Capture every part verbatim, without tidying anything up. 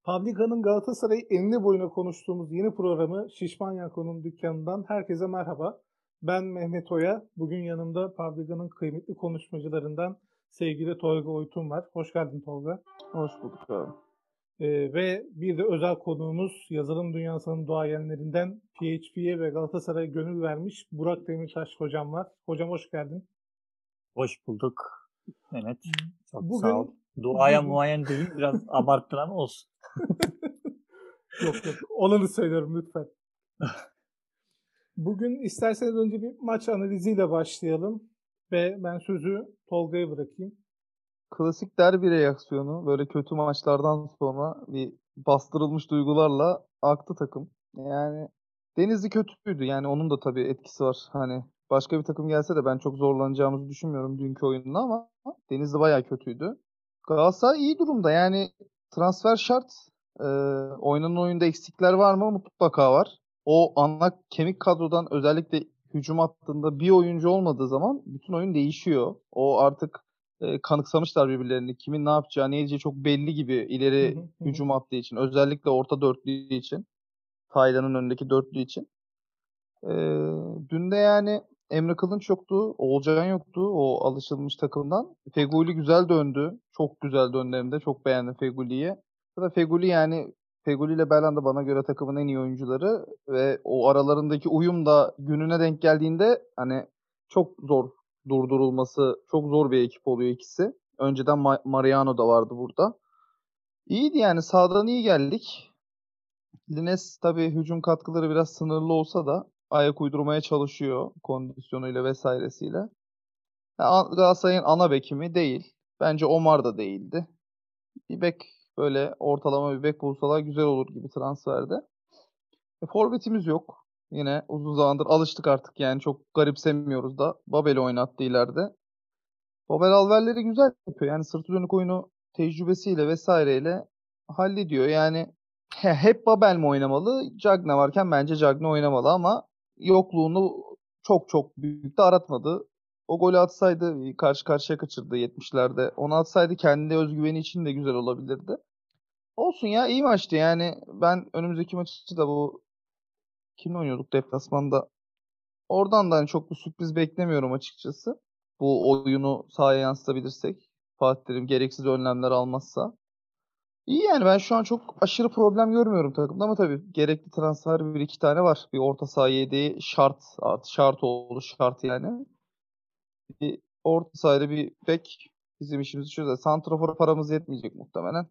Publica'nın Galatasaray'ı enine boyuna konuştuğumuz yeni programı Şişman Yako'nun dükkanından herkese merhaba. Ben Mehmet Oya. Bugün yanımda Publica'nın kıymetli konuşmacılarından sevgili Tolga Oytun var. Hoş geldin Tolga. Hoş bulduk abi. Ee, ve bir de özel konuğumuz yazılım dünyasının duayenlerinden P H P'ye ve Galatasaray'a gönül vermiş Burak Demirtaş hocam var. Hocam hoş geldin. Hoş bulduk Mehmet. Çok sağ ol. Bugün Duaya bugün muayen dedin, biraz abarttın ama olsun. yok yok olanı söylüyorum lütfen. Bugün isterseniz önce bir maç analiziyle başlayalım ve ben sözü Tolga'ya bırakayım. Klasik derbi reaksiyonu. Böyle kötü maçlardan sonra bir bastırılmış duygularla aktı takım. Yani Denizli kötüydü. Yani onun da tabii etkisi var. Hani başka bir takım gelse de ben çok zorlanacağımızı düşünmüyorum dünkü oyununda ama Denizli bayağı kötüydü. Galatasaray iyi durumda. Yani transfer şart. Ee, oynanan oyunda eksikler var mı? Mutlaka var. O ana kemik kadrodan özellikle hücum hattında bir oyuncu olmadığı zaman bütün oyun değişiyor. O artık e, kanıksamışlar birbirlerini. Kimin ne yapacağı, ne edeceği çok belli gibi Hı ileri hı, hı hı. hücum attığı için. Özellikle orta dörtlü için. Taylan'ın önündeki dörtlü için. E, Dün de yani Emre Kılınç yoktu. Oğulcan yoktu o alışılmış takımdan. Feguli güzel döndü. Çok güzel döndü hem de. Çok beğendim Feguli'yi. Zaten Feguli yani Feguli ile Belhanda bana göre takımın en iyi oyuncuları ve o aralarındaki uyum da gününe denk geldiğinde hani çok zor durdurulması, çok zor bir ekip oluyor ikisi. Önceden Ma- Mariano da vardı burada. İyiydi yani sağdan iyi geldik. Lines tabii hücum katkıları biraz sınırlı olsa da ayak uydurmaya çalışıyor kondisyonuyla vesairesiyle. Ya, Galatasaray'ın ana beki mi? Değil. Bence Omar da değildi. Bir bek böyle ortalama bir bek bulsalar güzel olur gibi transferde. E, forvetimiz yok. Yine uzun zamandır alıştık artık yani çok garipsemiyoruz da. Babel'i oynattı ileride. Babel alverleri güzel yapıyor. Yani sırtı dönük oyunu tecrübesiyle vesaireyle hallediyor. Yani he, hep Babel mi oynamalı? Cagne varken bence Cagne oynamalı ama yokluğunu çok çok büyük de aratmadı. O golü atsaydı karşı karşıya kaçırdı yetmişlerde. Onu atsaydı kendi özgüveni için de güzel olabilirdi. Olsun ya iyi maçtı yani. Ben önümüzdeki maçı da bu kimle oynuyorduk deplasmanda? Oradan da hani çok bir sürpriz beklemiyorum açıkçası. Bu oyunu sahaya yansıtabilirsek. Fatih Terim gereksiz önlemler almazsa. İyi yani ben şu an çok aşırı problem görmüyorum takımda ama tabii gerekli transfer bir iki tane var. Bir orta saha yedeği şart artı şart oldu şart yani. Bir orta sahada bir bek bizim işimizi çözer. Santrafor'a paramız yetmeyecek muhtemelen.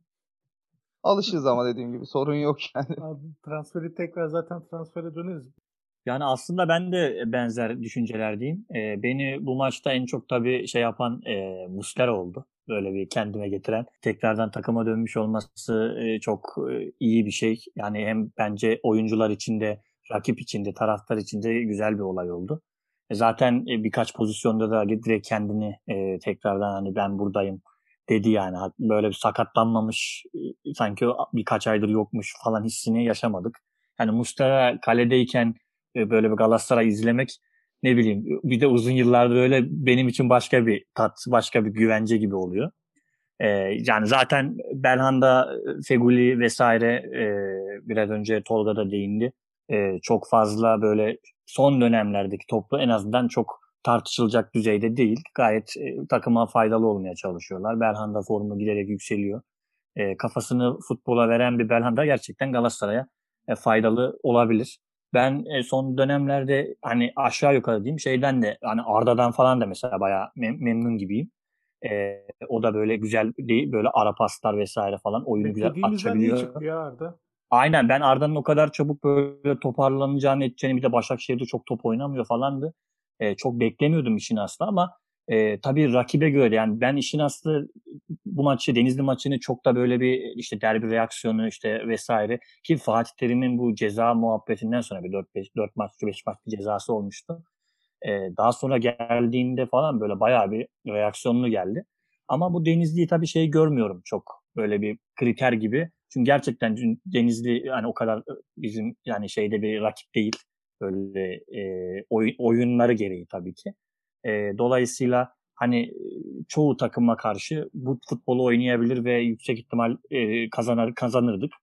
Alışırız ama dediğim gibi sorun yok yani. Abi, transferi tekrar zaten transfere döneriz. Yani aslında ben de benzer düşüncelerdeyim. Ee, beni bu maçta en çok tabii şey yapan e, Muslera oldu. Böyle bir kendime getiren. Tekrardan takıma dönmüş olması e, çok e, iyi bir şey. Yani hem bence oyuncular için de, rakip için de, taraftar için de güzel bir olay oldu. E, zaten e, birkaç pozisyonda da direkt kendini e, tekrardan hani ben buradayım dedi yani. Böyle bir sakatlanmamış, e, sanki birkaç aydır yokmuş falan hissini yaşamadık. Yani Muslera kaledeyken e, böyle bir Galatasaray izlemek, ne bileyim, bir de uzun yıllardır öyle benim için başka bir tat, başka bir güvence gibi oluyor. E, Yani zaten Belhanda, Feguli vesaire, e, biraz önce Tolga da değindi. E, çok fazla böyle son dönemlerdeki toplu en azından çok tartışılacak düzeyde değil. Gayet e, takıma faydalı olmaya çalışıyorlar. Belhanda formu giderek yükseliyor. E, kafasını futbola veren bir Belhanda gerçekten Galatasaray'a e, faydalı olabilir. Ben e, son dönemlerde hani aşağı yukarı diyeyim şeyden de hani Arda'dan falan da mesela bayağı mem- memnun gibiyim. E, O da böyle güzel değil, böyle ara paslar vesaire falan oyunu güzel Beklediğimizden iyi açabiliyor. çıktı ya Arda. Aynen, ben Arda'nın o kadar çabuk böyle toparlanacağını edeceğini, bir de Başakşehir'de çok top oynamıyor falandı. E, çok beklemiyordum işin aslı ama e, tabii rakibe göre yani ben işin aslı bu maçı, Denizli maçını çok da böyle bir işte derbi reaksiyonu işte vesaire ki Fatih Terim'in bu ceza muhabbetinden sonra bir dört beş dört maç beş maç bir cezası olmuştu. Ee, daha sonra geldiğinde falan böyle bayağı bir reaksiyonlu geldi. Ama bu Denizli'yi tabii şey görmüyorum çok böyle bir kriter gibi. Çünkü gerçekten Denizli yani o kadar bizim yani şeyde bir rakip değil. Böyle e, oy- oyunları gereği tabii ki. E, dolayısıyla hani çoğu takıma karşı bu futbolu oynayabilir ve yüksek ihtimal e, kazanır kazanırdık.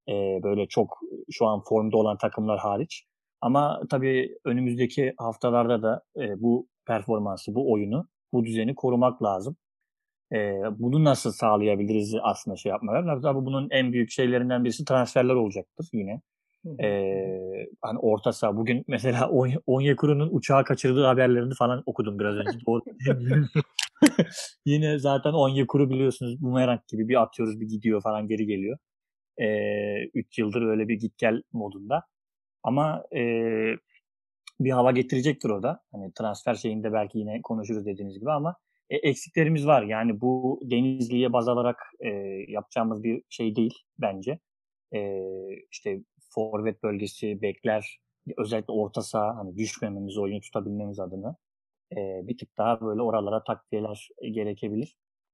Eee, böyle çok şu an formda olan takımlar hariç. Ama tabii önümüzdeki haftalarda da, eee, bu performansı, bu oyunu, bu düzeni korumak lazım. Eee, bunu nasıl sağlayabiliriz aslında şey yapmak lazım. Tabii bunun en büyük şeylerinden birisi transferler olacaktır yine. Hı hı. Hı hı. Eee, hani orta saha bugün mesela Onye Onyekuru'nun uçağı kaçırdığı haberlerini falan okudum biraz önce. Doğru. Yine zaten Onyekuru biliyorsunuz bumerang gibi bir atıyoruz, bir gidiyor falan geri geliyor. Eee, üç yıldır öyle bir git gel modunda. Ama eee, bir hava getirecektir o da. Hani transfer şeyinde belki yine konuşuruz dediğiniz gibi ama e, eksiklerimiz var. Yani bu Denizli'ye baz alarak eee, yapacağımız bir şey değil bence. Eee, işte forvet bölgesi, bekler, özellikle orta saha hani düşmememiz, oyunu tutabilmemiz adına eee, bir tık daha böyle oralara takviyeler gerekebilir.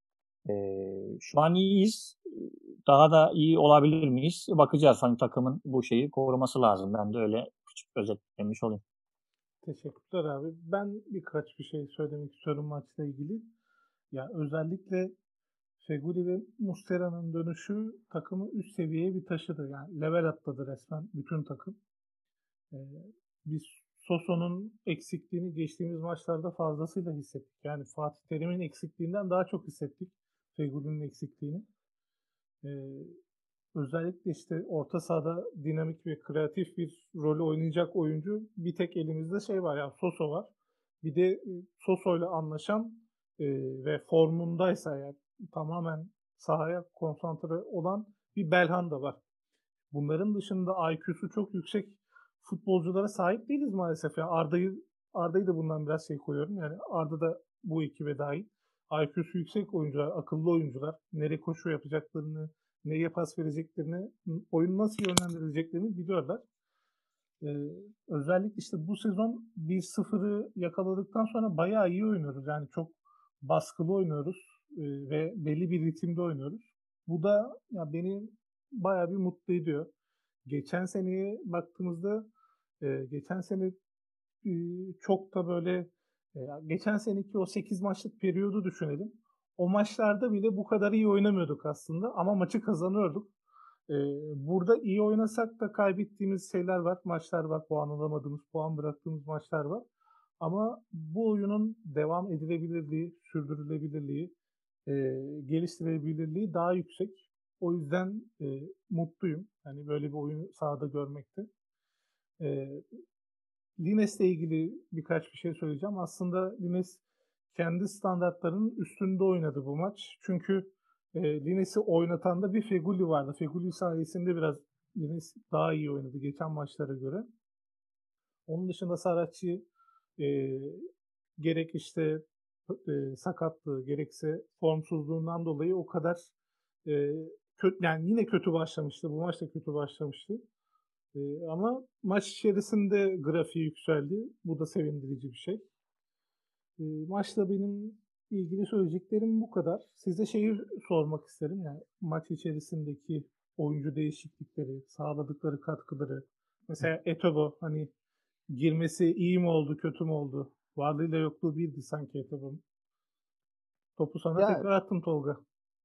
Eee, şu an iyiyiz. Daha da iyi olabilir miyiz? Bakacağız. Hani takımın bu şeyi koruması lazım. Ben de öyle küçük özetlemiş olayım. Teşekkürler abi. Ben birkaç bir şey söylemek istiyorum maçla ilgili. Ya özellikle Feguli ve Muslera'nın dönüşü takımı üst seviyeye bir taşıdı. Yani level atladı resmen bütün takım. Ee, biz Soso'nun eksikliğini geçtiğimiz maçlarda fazlasıyla hissettik. Yani Fatih Terim'in eksikliğinden daha çok hissettik Feguli'nin eksikliğini. Ee, özellikle işte orta sahada dinamik ve kreatif bir rolü oynayacak oyuncu bir tek elimizde şey var ya Soso var. Bir de e, Soso'yla anlaşan e, ve formundaysa yani tamamen sahaya konsantre olan bir Belhanda var. Bunların dışında I Q'su çok yüksek futbolculara sahip değiliz maalesef. Yani Arda'yı Arda'yı da bundan biraz şey koyuyorum. Yani Arda da bu ekibe dahil. I Q'su yüksek oyuncular, akıllı oyuncular. Nereye koşu yapacaklarını, nereye pas vereceklerini, oyunu nasıl yönlendirileceklerini biliyorlar. Ee, özellikle işte bu sezon bir sıfırı yakaladıktan sonra bayağı iyi oynuyoruz. Yani çok baskılı oynuyoruz e, ve belli bir ritimde oynuyoruz. Bu da ya beni bayağı bir mutlu ediyor. Geçen seneye baktığımızda e, geçen sene e, çok da böyle e, geçen seneki o sekiz maçlık periyodu düşünelim. O maçlarda bile bu kadar iyi oynamıyorduk aslında ama maçı kazanıyorduk. E, burada iyi oynasak da kaybettiğimiz şeyler var, maçlar var, puan alamadığımız, puan bıraktığımız maçlar var. Ama bu oyunun devam edilebilirliği, sürdürülebilirliği, e, geliştirebilirliği daha yüksek. O yüzden e, mutluyum. Hani böyle bir oyunu sahada görmekte. E, Lines'le ilgili birkaç bir şey söyleyeceğim. Aslında Lines kendi standartlarının üstünde oynadı bu maç. Çünkü e, Lines'i oynatan da bir Feguli vardı. Feguli sayesinde biraz Lines daha iyi oynadı geçen maçlara göre. Onun dışında Saratçı e, gerek işte e, sakatlığı gerekse formsuzluğundan dolayı o kadar e, kötü yani yine kötü başlamıştı. Bu maç da kötü başlamıştı. E, ama maç içerisinde grafiği yükseldi. Bu da sevindirici bir şey. E, maçla benim ilgili söyleyeceklerim bu kadar. Size şeyi sormak isterim. Yani maç içerisindeki oyuncu değişiklikleri, sağladıkları katkıları. Mesela Etobo hani girmesi iyi mi oldu, kötü mü oldu? Varlığıyla yokluğu birdi sanki Etobo'nun. Topu sana Ya tekrar attım Tolga.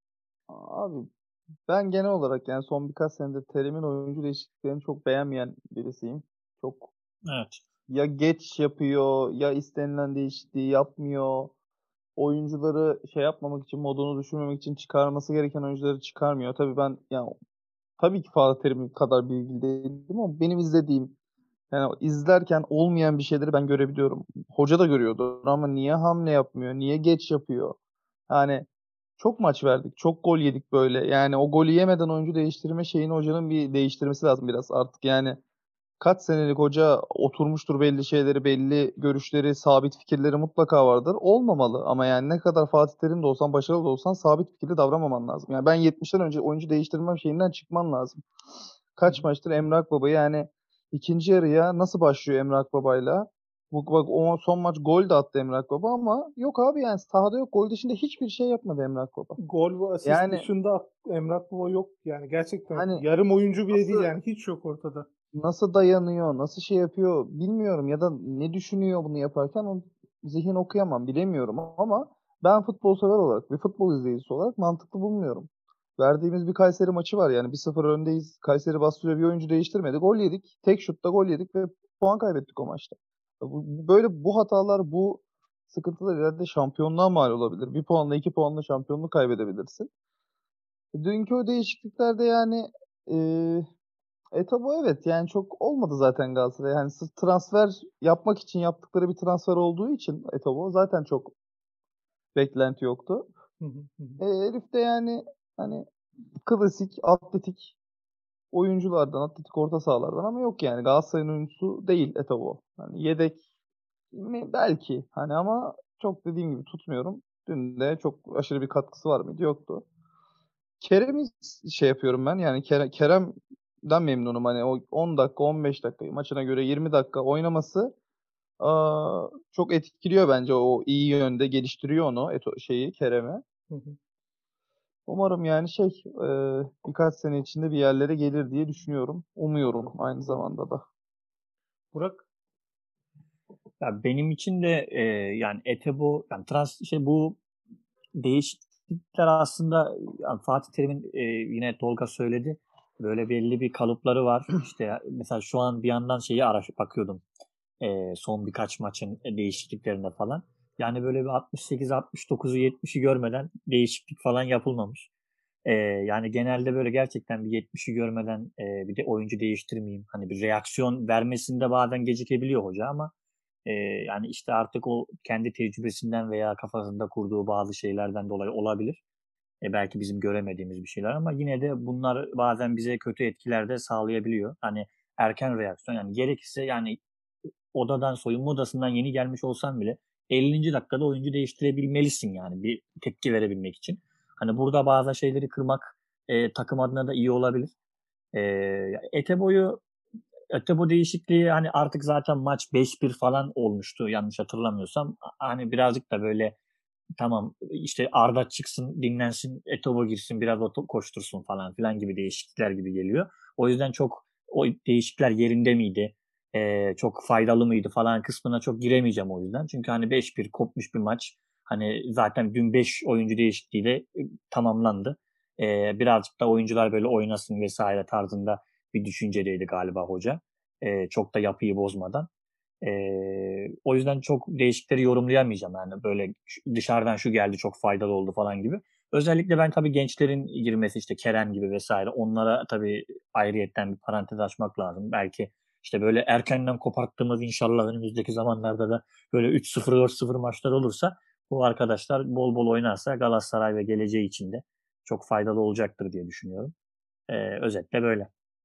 abi ben genel olarak yani son birkaç senedir Terim'in oyuncu değişikliklerini çok beğenmeyen birisiyim. Çok Evet. ya geç yapıyor ya istenilen değişikliği yapmıyor. Oyuncuları şey yapmamak için, modunu düşürmemek için çıkarması gereken oyuncuları çıkarmıyor. Tabii ben yani tabii ki Fatih Terim kadar bilgili değilim ama benim izlediğim yani izlerken olmayan bir şeyleri ben görebiliyorum. Hoca da görüyordu ama niye hamle yapmıyor? Niye geç yapıyor? Yani çok maç verdik. Çok gol yedik böyle. Yani o golü yemeden oyuncu değiştirme şeyini hocanın bir değiştirmesi lazım biraz artık. Yani kaç senelik hoca oturmuştur belli şeyleri, belli görüşleri, sabit fikirleri mutlaka vardır. Olmamalı ama yani ne kadar Fatih Terim de olsan, başarılı da olsan sabit fikirli davranmaman lazım. Yani ben yetmişten önce oyuncu değiştirmem şeyinden çıkman lazım. Hı Kaç hı. maçtır Emre Akbaba yani ikinci yarıya nasıl başlıyor Emre Akbaba'yla? Bu bak o son maç gol de attı Emre Akbaba ama yok abi yani sahada yok. Gol dışında hiçbir şey yapmadı Emre Akbaba. Gol ve asist Yani dışında Emrah Baba yok. Yani gerçekten yok. hani Yarım oyuncu bile değil nasıl yani. Hiç yok ortada. nasıl dayanıyor, nasıl şey yapıyor bilmiyorum ya da ne düşünüyor bunu yaparken o zihin okuyamam bilemiyorum ama ben futbol sever olarak ve futbol izleyicisi olarak mantıklı bulmuyorum. verdiğimiz bir Kayseri maçı var. Yani bir sıfır öndeyiz. Kayseri bastırıyor, bir oyuncu değiştirmedi. Gol yedik. Tek şutta gol yedik ve puan kaybettik o maçta. Bu, böyle bu hatalar, bu sıkıntılar ileride şampiyonluğa mal olabilir. Bir puanla, iki puanla şampiyonluğu kaybedebilirsin. Dünkü o değişikliklerde yani eee e tabi evet yani çok olmadı zaten Galatasaray. Yani sırf transfer yapmak için yaptıkları bir transfer olduğu için Etobo zaten çok beklenti yoktu. Hı hı, hı hı. E, herif de yani hani klasik atletik oyunculardan, atletik orta sahalardan ama yok yani Galatasaray'ın oyuncusu değil Etobo. Hani yedek mi? Belki hani ama çok dediğim gibi tutmuyorum. Dün de çok aşırı bir katkısı var mıydı? Yoktu. Kerem'i şey yapıyorum ben yani Kere- Kerem'den memnunum. Hani o on dakika, on beş dakika maçına göre yirmi dakika oynaması aa, çok etkiliyor bence. O iyi yönde geliştiriyor onu, Eto, şeyi Kerem'i. Hı hı. Umarım yani şey e, birkaç sene içinde bir yerlere gelir diye düşünüyorum. Umuyorum aynı zamanda da. Burak, Ya benim için de e, yani Etebo yani trans şey bu değişiklikler aslında yani Fatih Terim'in e, yine Tolga söyledi. Böyle belli bir kalıpları var. İşte mesela şu an bir yandan şeyi araş bakıyordum. E, son birkaç maçın değişikliklerine falan. Yani böyle bir altmış sekiz altmış dokuzu yetmişi görmeden değişiklik falan yapılmamış. E, yani genelde böyle gerçekten bir yetmişi görmeden e, bir de oyuncu değiştirmeyeyim. Hani bir reaksiyon vermesinde bazen gecikebiliyor hoca ama ee, yani işte artık o kendi tecrübesinden veya kafasında kurduğu bazı şeylerden dolayı olabilir. E, belki bizim göremediğimiz bir şeyler ama yine de bunlar bazen bize kötü etkiler de sağlayabiliyor. Hani erken reaksiyon yani gerekirse yani odadan soyunma odasından yeni gelmiş olsan bile ellinci dakikada oyuncu değiştirebilmelisin yani bir tepki verebilmek için. Hani burada bazı şeyleri kırmak e, takım adına da iyi olabilir. E, Eteboy'u Öte bu değişikliği hani artık zaten maç beş bir falan olmuştu yanlış hatırlamıyorsam. Hani birazcık da böyle tamam işte Arda çıksın dinlensin Etobo girsin biraz o koştursun falan filan gibi değişiklikler gibi geliyor. O yüzden çok o değişiklikler yerinde miydi? Ee, çok faydalı mıydı falan kısmına çok giremeyeceğim o yüzden. Çünkü hani beş bir kopmuş bir maç. Hani zaten dün beş oyuncu değişikliğiyle e, tamamlandı. Ee, birazcık da oyuncular böyle oynasın vesaire tarzında bir düşüncedeydi galiba hoca. Ee, çok da yapıyı bozmadan. Ee, o yüzden çok değişikleri yorumlayamayacağım yani böyle dışarıdan şu geldi çok faydalı oldu falan gibi. Özellikle ben tabii gençlerin girmesi işte Kerem gibi vesaire onlara tabii ayrıyetten bir parantez açmak lazım. Belki işte böyle erkenden koparttığımız inşallah önümüzdeki zamanlarda da böyle üç sıfır dört sıfır maçlar olursa bu arkadaşlar bol bol oynarsa Galatasaray ve geleceği için de çok faydalı olacaktır diye düşünüyorum. Ee, özetle böyle.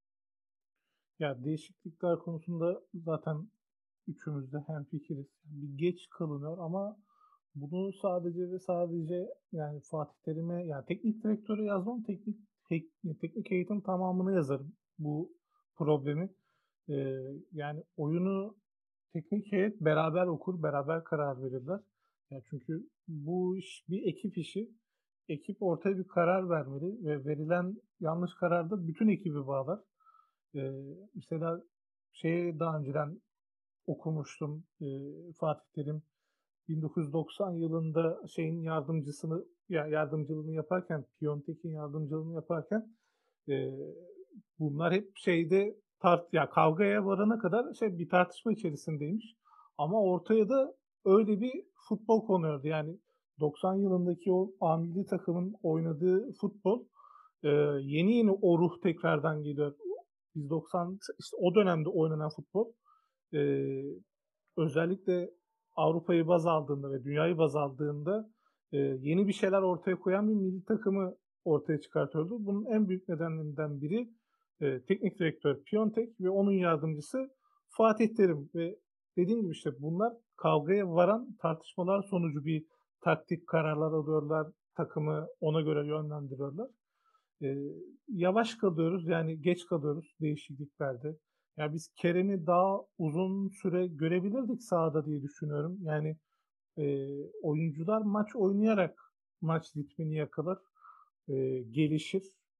ya değişiklikler konusunda zaten üçümüz de hemfikiriz. Bir geç kalınıyor ama bunu sadece ve sadece yani Fatih Terim'e yani teknik direktöre yazmam teknik tek, teknik eğitim tamamını yazarım bu problemi. Ee, yani oyunu teknik heyet beraber okur, beraber karar verirler. Yani çünkü bu iş bir ekip işi. Ekip ortaya bir karar vermeli ve verilen yanlış karar da bütün ekibi bağlar. Ee, mesela şeye daha önceden okumuştum. Ee, Fatih Terim bin dokuz yüz doksan yılında şeyin yardımcısını ya yardımcılığını yaparken Piontek'in yardımcılığını yaparken e, bunlar hep şeyde tart ya kavgaya varana kadar şey bir tartışma içerisindeymiş. Ama ortaya da öyle bir futbol konuyordu. Yani doksan yılındaki o A milli takımın oynadığı futbol e, yeni yeni o ruh tekrardan geliyor. Biz doksan işte o dönemde oynanan futbol e, özellikle Avrupa'yı baz aldığında ve dünyayı baz aldığında e, yeni bir şeyler ortaya koyan bir milli takımı ortaya çıkartıyordu. Bunun en büyük nedenlerinden biri e, teknik direktör Piontek ve onun yardımcısı Fatih Terim ve dediğim gibi işte bunlar kavgaya varan tartışmalar sonucu bir taktik kararlar alıyorlar, takımı ona göre yönlendiriyorlar. E, yavaş kalıyoruz yani geç kalıyoruz değişikliklerde. Yani biz Kerem'i daha uzun süre görebilirdik sahada diye düşünüyorum. Yani e, oyuncular maç oynayarak maç ritmini yakalar, e, gelişir.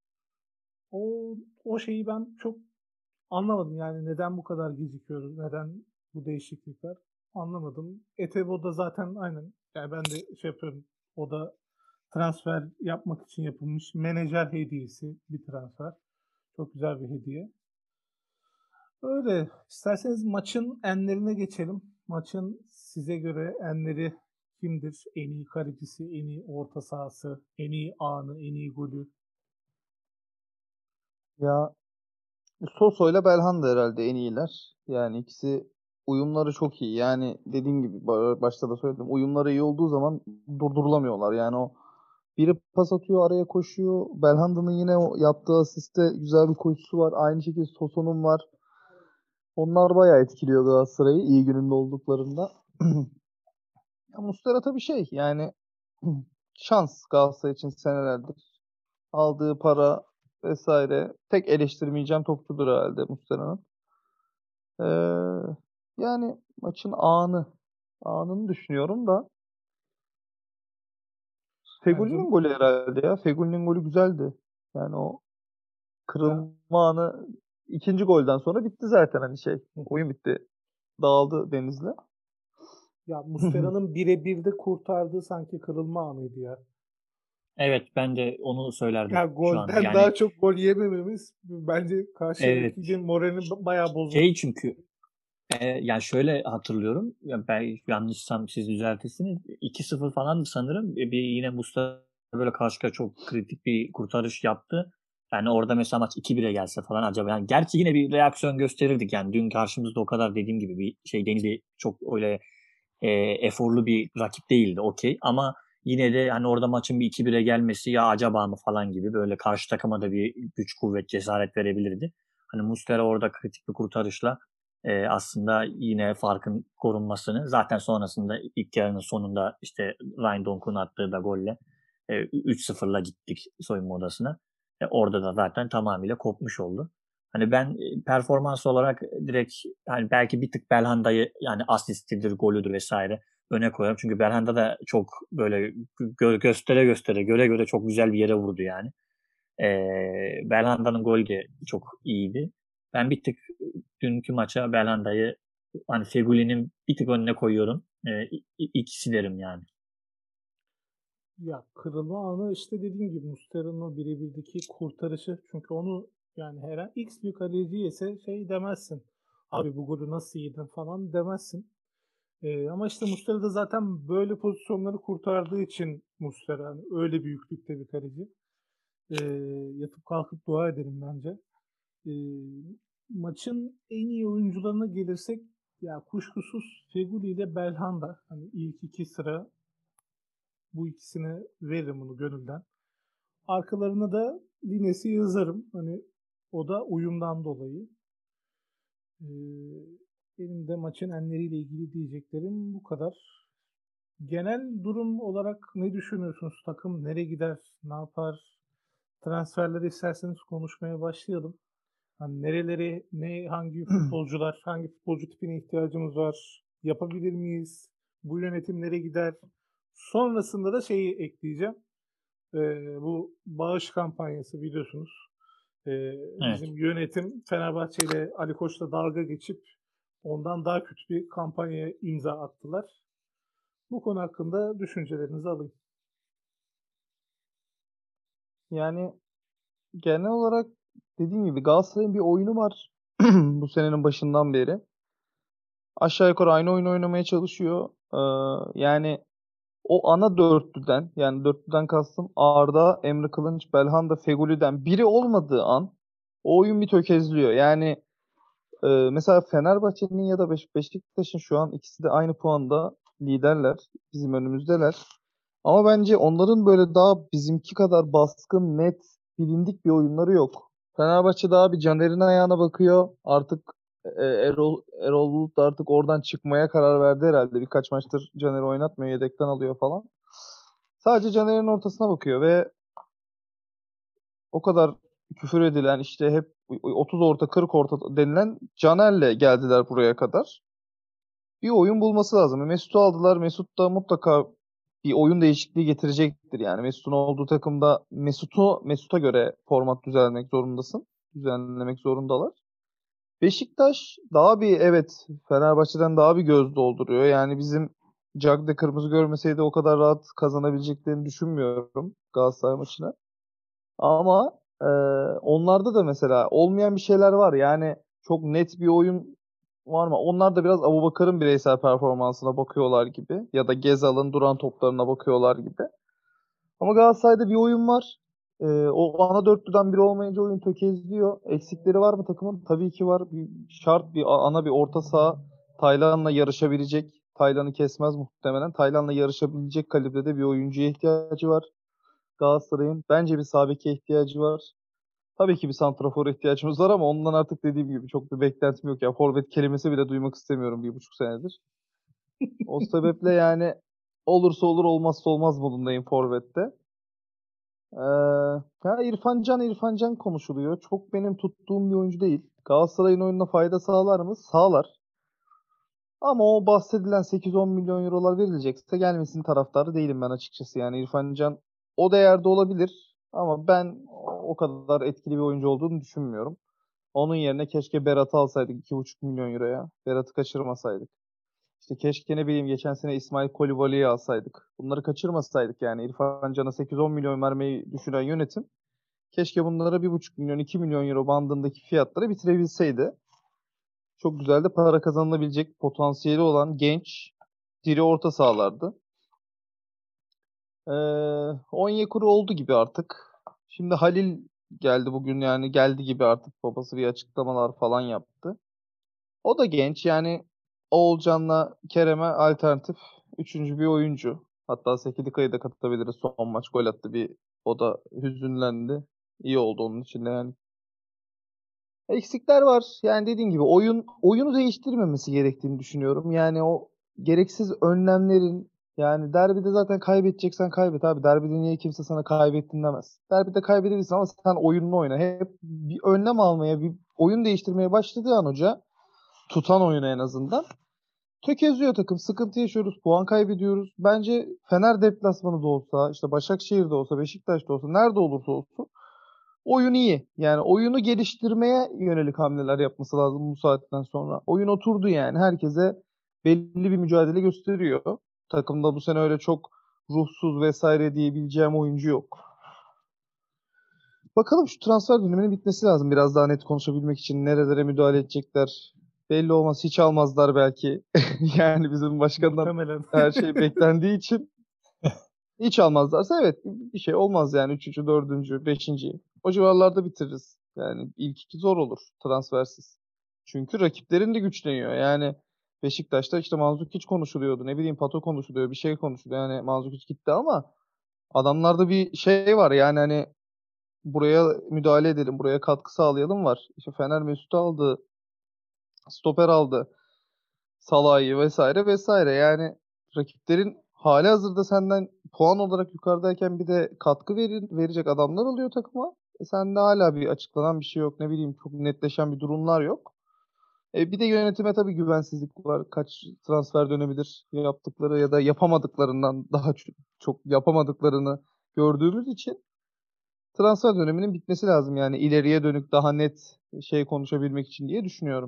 O o şeyi ben çok anlamadım. Yani neden bu kadar gecikiyoruz? Neden bu değişiklikler? Anlamadım. Etebo da zaten aynen. Yani ben de şey yapıyorum. O da transfer yapmak için yapılmış menajer hediyesi bir transfer. Çok güzel bir hediye. Öyle. İsterseniz maçın enlerine geçelim. Maçın size göre enleri kimdir? En iyi kalecisi, en iyi orta sahası, en iyi anı, en iyi golü. Ya Soso ile Belhanda herhalde en iyiler. Yani ikisi uyumları çok iyi. Yani dediğim gibi ba- başta da söyledim. Uyumları iyi olduğu zaman durdurulamıyorlar. Yani o biri pas atıyor, araya koşuyor. Belhanda'nın yine o yaptığı asiste güzel bir koşusu var. Aynı şekilde Soso'nun var. Onlar bayağı etkiliyor Galatasaray'ı iyi gününde olduklarında. Ya Muslera tabii şey yani şans Galatasaray için senelerdir. Aldığı para vesaire. Tek eleştirmeyeceğim topçudur herhalde Muslera'nın. Ee, yani maçın anı. Anını düşünüyorum da. Bence Fegüli'nin golü herhalde ya. Fegüli'nin golü güzeldi. Yani o ya, kırılma anı ikinci golden sonra bitti zaten hani şey. Oyun bitti. Dağıldı Denizli. ya Muslera'nın birebir de kurtardığı sanki kırılma anıydı ya. Evet, ben de onu söylerdim Ya şu an. golden Yani daha çok gol yemememiz bence karşı evet, rakibin moralini b- bayağı bozdu. şey çünkü e, yani şöyle hatırlıyorum. Ya ben yanlışsam siz düzeltirsiniz. iki sıfır falan sanırım. E, Bir yine Mustafa böyle karşı karşıya çok kritik bir kurtarış yaptı. Yani orada mesela maç iki bire gelse falan acaba. Yani gerçi yine bir reaksiyon gösterirdik. Yani dün karşımızda o kadar dediğim gibi bir şey Denizli çok öyle e, eforlu bir rakip değildi. Okey. Ama yine de hani orada maçın bir iki bire gelmesi ya acaba mı falan gibi böyle karşı takıma da bir güç, kuvvet, cesaret verebilirdi. Hani Muslera orada kritik bir kurtarışla e, aslında yine farkın korunmasını zaten sonrasında ilk yarının sonunda işte Ryan Donk'un attığı da golle e, üç sıfırla gittik soyunma odasına. E, orada da zaten tamamıyla kopmuş oldu. Hani ben e, performans olarak direkt hani belki bir tık Belhanda'yı yani asistidir, golüdür vesaire öne koyarım. Çünkü Belhanda da çok böyle gö- göstere göstere, göre göre çok güzel bir yere vurdu yani. Ee, Belhanda'nın golü de çok iyiydi. Ben bir tık dünkü maça Belhanda'yı hani Fegüli'nin bir tık önüne koyuyorum. Ee, i- i- ikisi derim yani. Ya kırılma anı işte dediğim gibi Muslera'nın o birebirdeki kurtarışı. Çünkü onu yani her an X bir kaleci yese şey demezsin. Abi bu golü nasıl yedin falan demezsin. Ee, ama işte Muslera da zaten böyle pozisyonları kurtardığı için Muslera hani öyle büyüklükte bir kaleci. Ee, yatıp kalkıp dua edelim bence. Ee, maçın en iyi oyuncularına gelirsek ya kuşkusuz Feguli ile Belhanda. Hani ilk iki sıra bu ikisine veririm bunu gönülden. Arkalarına da Lines'i yazarım. Hani o da uyumdan dolayı. Ee, benim de maçın enleriyle ilgili diyeceklerim bu kadar. Genel durum olarak ne düşünüyorsunuz? Takım nereye gider? Ne yapar? Transferleri isterseniz konuşmaya başlayalım. Hani nereleri, ne hangi futbolcular, hangi futbolcu tipine ihtiyacımız var? Yapabilir miyiz? Bu yönetim nereye gider? Sonrasında da şeyi ekleyeceğim. Ee, bu bağış kampanyası biliyorsunuz. Ee, Evet. bizim yönetim Fenerbahçe ile Ali Koç'la dalga geçip ondan daha kötü bir kampanyaya imza attılar. Bu konu hakkında düşüncelerinizi alayım. Yani genel olarak dediğim gibi Galatasaray'ın bir oyunu var bu senenin başından beri. Aşağı yukarı aynı oyun oynamaya çalışıyor. Ee, yani o ana dörtlüden yani dörtlüden kastım Arda, Emre Kılınç, Belhanda, Fegüli'den biri olmadığı an o oyun bir tökezliyor. Yani e, mesela Fenerbahçe'nin ya da Beş Beşiktaş'ın şu an ikisi de aynı puanda liderler. Bizim önümüzdeler. Ama bence onların böyle daha bizimki kadar baskın, net, bilindik bir oyunları yok. Fenerbahçe daha bir Caner'in ayağına bakıyor. Artık e, Erol, Erol Bulut da artık oradan çıkmaya karar verdi herhalde. Birkaç maçtır Caner'i oynatmıyor, yedekten alıyor falan. Sadece Caner'in ortasına bakıyor ve o kadar küfür edilen işte hep otuz orta kırk orta denilen Caner'le geldiler buraya kadar. Bir oyun bulması lazım. E, Mesut'u aldılar. Mesut da mutlaka bir oyun değişikliği getirecektir. Yani Mesut'un olduğu takımda Mesut'u Mesut'a göre format düzenlemek zorundasın. Düzenlemek zorundalar. Beşiktaş daha bir evet Fenerbahçe'den daha bir göz dolduruyor. Yani bizim Cagne kırmızı görmeseydi o kadar rahat kazanabileceklerini düşünmüyorum Galatasaray maçını. Ama e, onlarda da mesela olmayan bir şeyler var. Yani çok net bir oyun var mı? Onlar da biraz Abubakar'ın bireysel performansına bakıyorlar gibi. Ya da Gezal'ın duran toplarına bakıyorlar gibi. Ama Galatasaray'da bir oyun var. E, o ana dörtlüden biri olmayınca oyun tökezliyor. Eksikleri var mı takımın? Tabii ki var. Bir şart bir ana bir orta saha Taylan'la yarışabilecek. Taylan'ı kesmez muhtemelen. Taylan'la yarışabilecek kalibrede bir oyuncuya ihtiyacı var Galatasaray'ın. Bence bir sağ beke ihtiyacı var. Tabii ki bir santrafora ihtiyacımız var ama ondan artık dediğim gibi çok bir beklentim yok. Ya forvet kelimesi bile duymak istemiyorum bir buçuk senedir. O sebeple yani olursa olur olmazsa olmaz modundayım forvette. Ee, ya İrfan Can İrfan Can konuşuluyor. Çok benim tuttuğum bir oyuncu değil. Galatasaray'ın oyununa fayda sağlar mı? Sağlar. Ama o bahsedilen sekiz on milyon eurolar verilecekse gelmesinin taraftarı değilim ben açıkçası. Yani İrfan Can o değerde olabilir ama ben o kadar etkili bir oyuncu olduğunu düşünmüyorum. Onun yerine keşke Berat'ı alsaydık iki buçuk milyon euroya. Berat'ı kaçırmasaydık. İşte keşke ne bileyim geçen sene İsmail Kolibali'yi alsaydık. Bunları kaçırmasaydık yani. İrfan Can'a sekiz on milyon vermeyi düşünen yönetim keşke bunlara bir buçuk milyon iki milyon euro bandındaki fiyatları bitirebilseydi. Çok güzel de para kazanılabilecek potansiyeli olan genç diri orta sahalardı. Ee, Onyekuru oldu gibi artık. Şimdi Halil geldi bugün yani geldi gibi artık babası bir açıklamalar falan yaptı. O da genç yani Oğulcan'la Kerem'e alternatif üçüncü bir oyuncu. Hatta Sekidika'yı da katabiliriz. Son maç gol attı bir. O da hüzünlendi. İyi oldu onun için de yani. Eksikler var. Yani dediğim gibi oyun oyunu değiştirmemesi gerektiğini düşünüyorum. Yani o gereksiz önlemlerin yani derbide zaten kaybedeceksen kaybet abi. Derbide niye kimse sana kaybettin demez. Derbide kaybedebilirsin ama sen oyununu oyna. Hep bir önlem almaya, bir oyun değiştirmeye başladığı an hoca tutan oyunu en azından tökeziyor takım. Sıkıntı yaşıyoruz. Puan kaybediyoruz. Bence Fener deplasmanı da olsa, işte Başakşehir'de olsa, Beşiktaş'ta olsa, nerede olursa olsun oyun iyi. Yani oyunu geliştirmeye yönelik hamleler yapması lazım bu saatten sonra. Oyun oturdu yani. Herkese belli bir mücadele gösteriyor. Takımda bu sene öyle çok ruhsuz vesaire diyebileceğim oyuncu yok. Bakalım şu transfer döneminin bitmesi lazım. Biraz daha net konuşabilmek için nerelere müdahale edecekler. Belli olmaz. Hiç almazlar belki. Yani bizim başkandan Muhtemelen. her şey beklendiği için hiç almazlarsa evet bir şey olmaz yani. Üçüncü, dördüncü, beşinci. O civarlarda bitiririz. Yani ilk iki zor olur transfersiz. Çünkü rakiplerin de güçleniyor. Yani Beşiktaş'ta işte Mandzukic konuşuluyordu. Ne bileyim Pato konuşuluyor. Bir şey konuşuluyor. Yani Mandzukic gitti ama adamlarda bir şey var. Yani hani buraya müdahale edelim, buraya katkı sağlayalım var. İşte Fener Mesut'u aldı, stoper aldı, Salah'ı vesaire vesaire. Yani rakiplerin hali hazırda senden puan olarak yukarıdayken bir de katkı verir, verecek adamlar alıyor takıma. E sende hala bir açıklanan bir şey yok. Ne bileyim çok netleşen bir durumlar yok. E bir de yönetime tabii güvensizlik var. Kaç transfer dönemidir yaptıkları ya da yapamadıklarından daha ç- çok yapamadıklarını gördüğümüz için transfer döneminin bitmesi lazım yani ileriye dönük daha net şey konuşabilmek için diye düşünüyorum.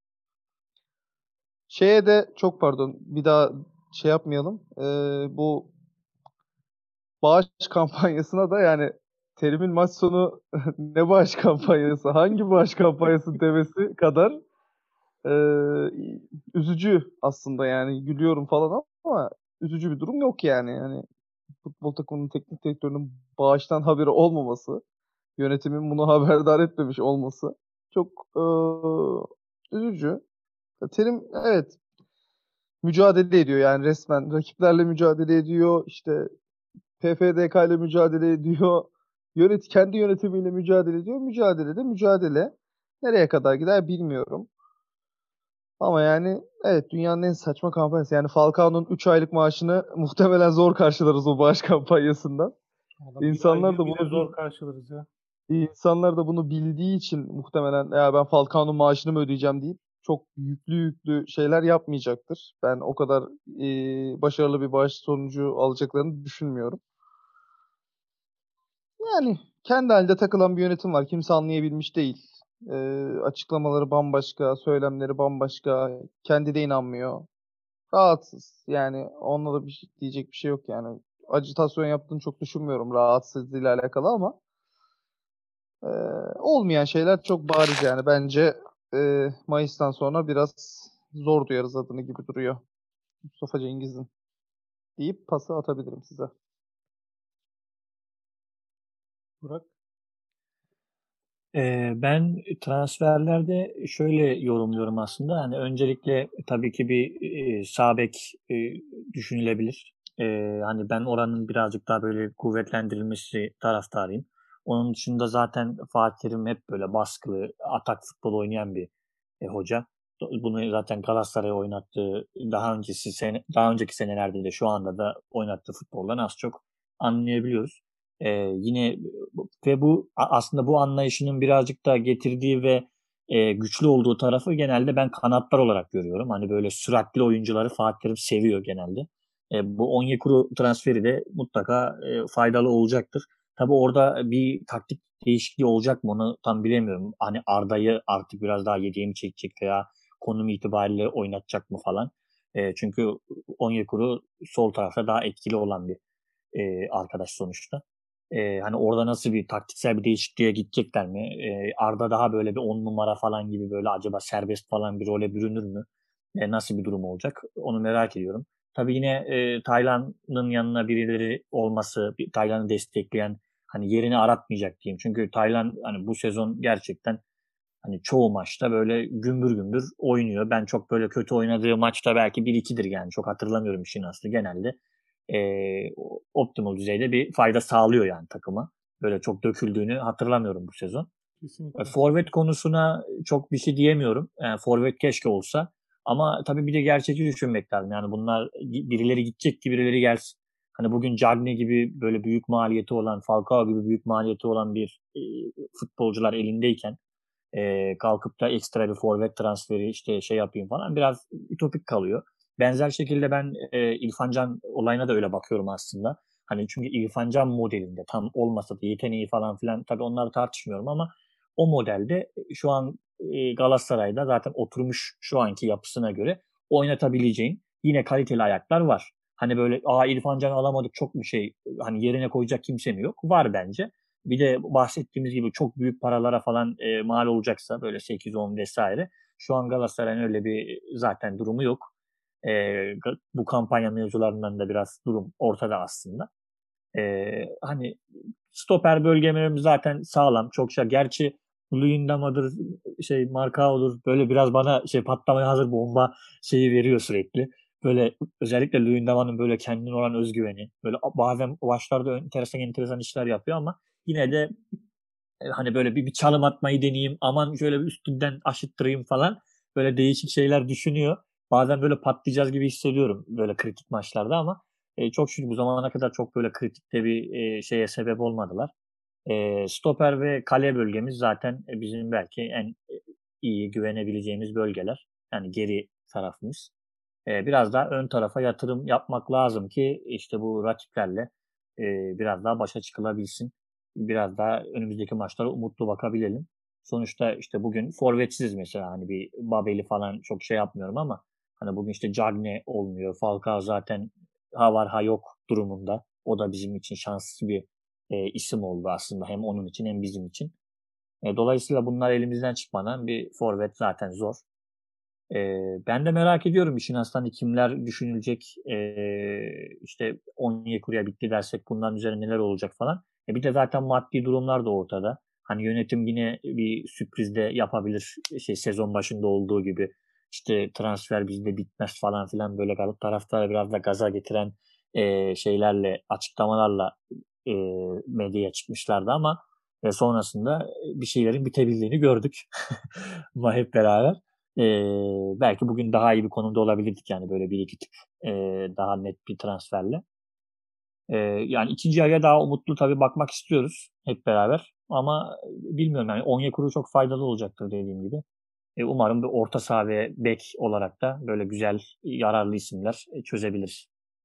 Şeye de çok pardon bir daha şey yapmayalım. Ee, bu bağış kampanyasına da yani terimin maç sonu ne bağış kampanyası, hangi bağış kampanyası demesi kadar e, üzücü aslında yani gülüyorum falan ama üzücü bir durum yok yani. Yani futbol takımının teknik direktörünün bağıştan haberi olmaması, yönetimin bunu haberdar etmemiş olması çok eee, üzücü. Terim evet mücadele ediyor yani resmen rakiplerle mücadele ediyor. İşte P F D K ile mücadele ediyor. Yönet kendi yönetimiyle mücadele ediyor. Mücadelede mücadele. Nereye kadar gider bilmiyorum. Ama yani evet dünyanın en saçma kampanyası. Yani Falcao'nun üç aylık maaşını muhtemelen zor karşılarız o bağış kampanyasından. Valla bir İnsanlar aylığı da bile bunu zor bil- karşılarız ya. İnsanlar da bunu bildiği için muhtemelen ya ben Falcao'nun maaşını mı ödeyeceğim deyip çok yüklü yüklü şeyler yapmayacaktır. Ben o kadar e, başarılı bir bağış sonucu alacaklarını düşünmüyorum. Yani kendi halinde takılan bir yönetim var. Kimse anlayabilmiş değil. E, açıklamaları bambaşka, söylemleri bambaşka. Kendi de inanmıyor. Rahatsız. Yani onunla da bir şey, diyecek bir şey yok yani. Ajitasyon yaptığını çok düşünmüyorum rahatsızlığıyla alakalı ama e, olmayan şeyler çok bariz yani. Bence e, Mayıs'tan sonra biraz zor duyarız adını gibi duruyor. Mustafa Cengiz'in deyip pası atabilirim size. Burak. Ee, ben transferlerde şöyle yorumluyorum aslında. Hani öncelikle tabii ki bir e, sağ bek e, düşünülebilir. E, hani ben oranın birazcık daha böyle kuvvetlendirilmesi taraftarıyım. Onun dışında zaten Fatih Terim hep böyle baskılı, atak futbol oynayan bir e, hoca. Bunu zaten Galatasaray'a oynattığı daha öncesi sene, daha önceki senelerde de şu anda da oynattığı futboldan az çok anlayabiliyoruz. Ee, yine ve bu a- aslında bu anlayışının birazcık da getirdiği ve e, güçlü olduğu tarafı genelde ben kanatlar olarak görüyorum. Hani böyle süratli oyuncuları Fatih Terim seviyor genelde. E, bu Onyekuru transferi de mutlaka e, faydalı olacaktır. Tabii orada bir taktik değişikliği olacak mı onu tam bilemiyorum. Hani Arda'yı artık biraz daha yediye mi çekecek veya konum itibariyle oynatacak mı falan. E, çünkü Onyekuru sol tarafta daha etkili olan bir e, arkadaş sonuçta. E, hani orada nasıl bir taktiksel bir değişikliğe gidecekler mi? E, Arda daha böyle bir on numara falan gibi böyle acaba serbest falan bir role bürünür mü? E, nasıl bir durum olacak? Onu merak ediyorum. Tabii yine e, Taylan'ın yanına birileri olması, bir Taylan'ı destekleyen hani yerini aratmayacak diyeyim. Çünkü Taylan hani bu sezon gerçekten hani çoğu maçta böyle gümbür gümbür oynuyor. Ben çok böyle kötü oynadığı maçta belki bir ikidir yani. Çok hatırlamıyorum işin aslı. Genelde e, optimal düzeyde bir fayda sağlıyor yani takıma. Böyle çok döküldüğünü hatırlamıyorum bu sezon. E, Kesinlikle. Forvet konusuna çok bir şey diyemiyorum. Yani forvet keşke olsa. Ama tabii bir de gerçekçi düşünmek lazım. Yani bunlar birileri gidecek ki birileri gelsin. Hani bugün Cagney gibi böyle büyük maliyeti olan, Falcao gibi büyük maliyeti olan bir e, futbolcular elindeyken e, kalkıp da ekstra bir forvet transferi işte şey yapayım falan biraz ütopik kalıyor. Benzer şekilde ben e, İrfan Can olayına da öyle bakıyorum aslında. Hani çünkü İrfan Can modelinde tam olmasa da yeteneği falan filan tabii onları tartışmıyorum ama o modelde şu an e, Galatasaray'da zaten oturmuş şu anki yapısına göre oynatabileceğin yine kaliteli ayaklar var. Hani böyle aa İrfan Can'ı alamadık çok mu şey hani yerine koyacak kimse mi yok? Var bence. Bir de bahsettiğimiz gibi çok büyük paralara falan e, mal olacaksa böyle sekiz on vesaire. Şu an Galatasaray'ın öyle bir zaten durumu yok. E, bu kampanya mevzularından da biraz durum ortada aslında. E, hani stoper bölgelerimiz zaten sağlam. Çok şey. Gerçi Luyendama'dır, şey Marcao'dur böyle biraz bana şey patlamaya hazır bomba şeyi veriyor sürekli. Böyle özellikle Luyendama'nın böyle kendine olan özgüveni. Böyle bazen maçlarda enteresan enteresan işler yapıyor ama yine de e, hani böyle bir, bir çalım atmayı deneyeyim. Aman şöyle bir üstünden aşıttırayım falan. Böyle değişik şeyler düşünüyor. Bazen böyle patlayacağız gibi hissediyorum böyle kritik maçlarda ama e, çok şükür bu zamana kadar çok böyle kritikte bir e, şeye sebep olmadılar. E, stoper ve kale bölgemiz zaten e, bizim belki en e, iyi güvenebileceğimiz bölgeler. Yani geri tarafımız. E, biraz daha ön tarafa yatırım yapmak lazım ki işte bu rakiplerle e, biraz daha başa çıkılabilsin. Biraz daha önümüzdeki maçlara umutlu bakabilelim. Sonuçta işte bugün forvetsiz mesela hani bir Babel'i falan çok şey yapmıyorum ama hani bugün işte Cagne olmuyor. Falcao zaten ha var ha yok durumunda. O da bizim için şanslı bir e, isim oldu aslında hem onun için hem bizim için. E, dolayısıyla bunlar elimizden çıkmadan bir forvet zaten zor. Ee, ben de merak ediyorum işin aslında kimler düşünülecek ee, işte Onyekuru'ya bitti dersek bunların üzerine neler olacak falan. E bir de zaten maddi durumlar da ortada. Hani yönetim yine bir sürpriz de yapabilir şey sezon başında olduğu gibi işte transfer bizde bitmez falan filan böyle kalıp taraftarı biraz da gaza getiren ee, şeylerle açıklamalarla ee, medyaya çıkmışlardı ama e, sonrasında bir şeylerin bitebildiğini gördük. Ama hep beraber. Ee, belki bugün daha iyi bir konumda olabilirdik yani böyle bir iki tık e, daha net bir transferle. Ee, yani ikinci aya daha umutlu tabii bakmak istiyoruz hep beraber. Ama bilmiyorum yani Onyekuru çok faydalı olacaktır dediğim gibi. E, umarım bir orta saha ve bek olarak da böyle güzel, yararlı isimler e, çözebiliriz.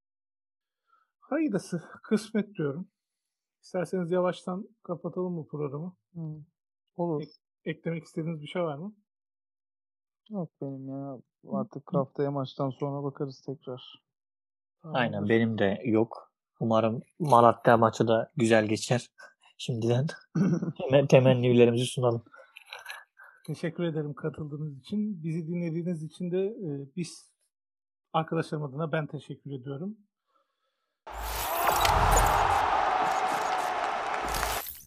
Hayırlısı. Kısmet diyorum. İsterseniz yavaştan kapatalım bu programı. Hı. Olur. Ek- eklemek istediğiniz bir şey var mı? Yok benim ya. Artık haftaya maçtan sonra bakarız tekrar. Aynen Tamamdır. benim de yok. Umarım Malatya maçı da güzel geçer. Şimdiden hemen temennilerimizi sunalım. Teşekkür ederim katıldığınız için. Bizi dinlediğiniz için de e, biz arkadaşlarım adına ben teşekkür ediyorum.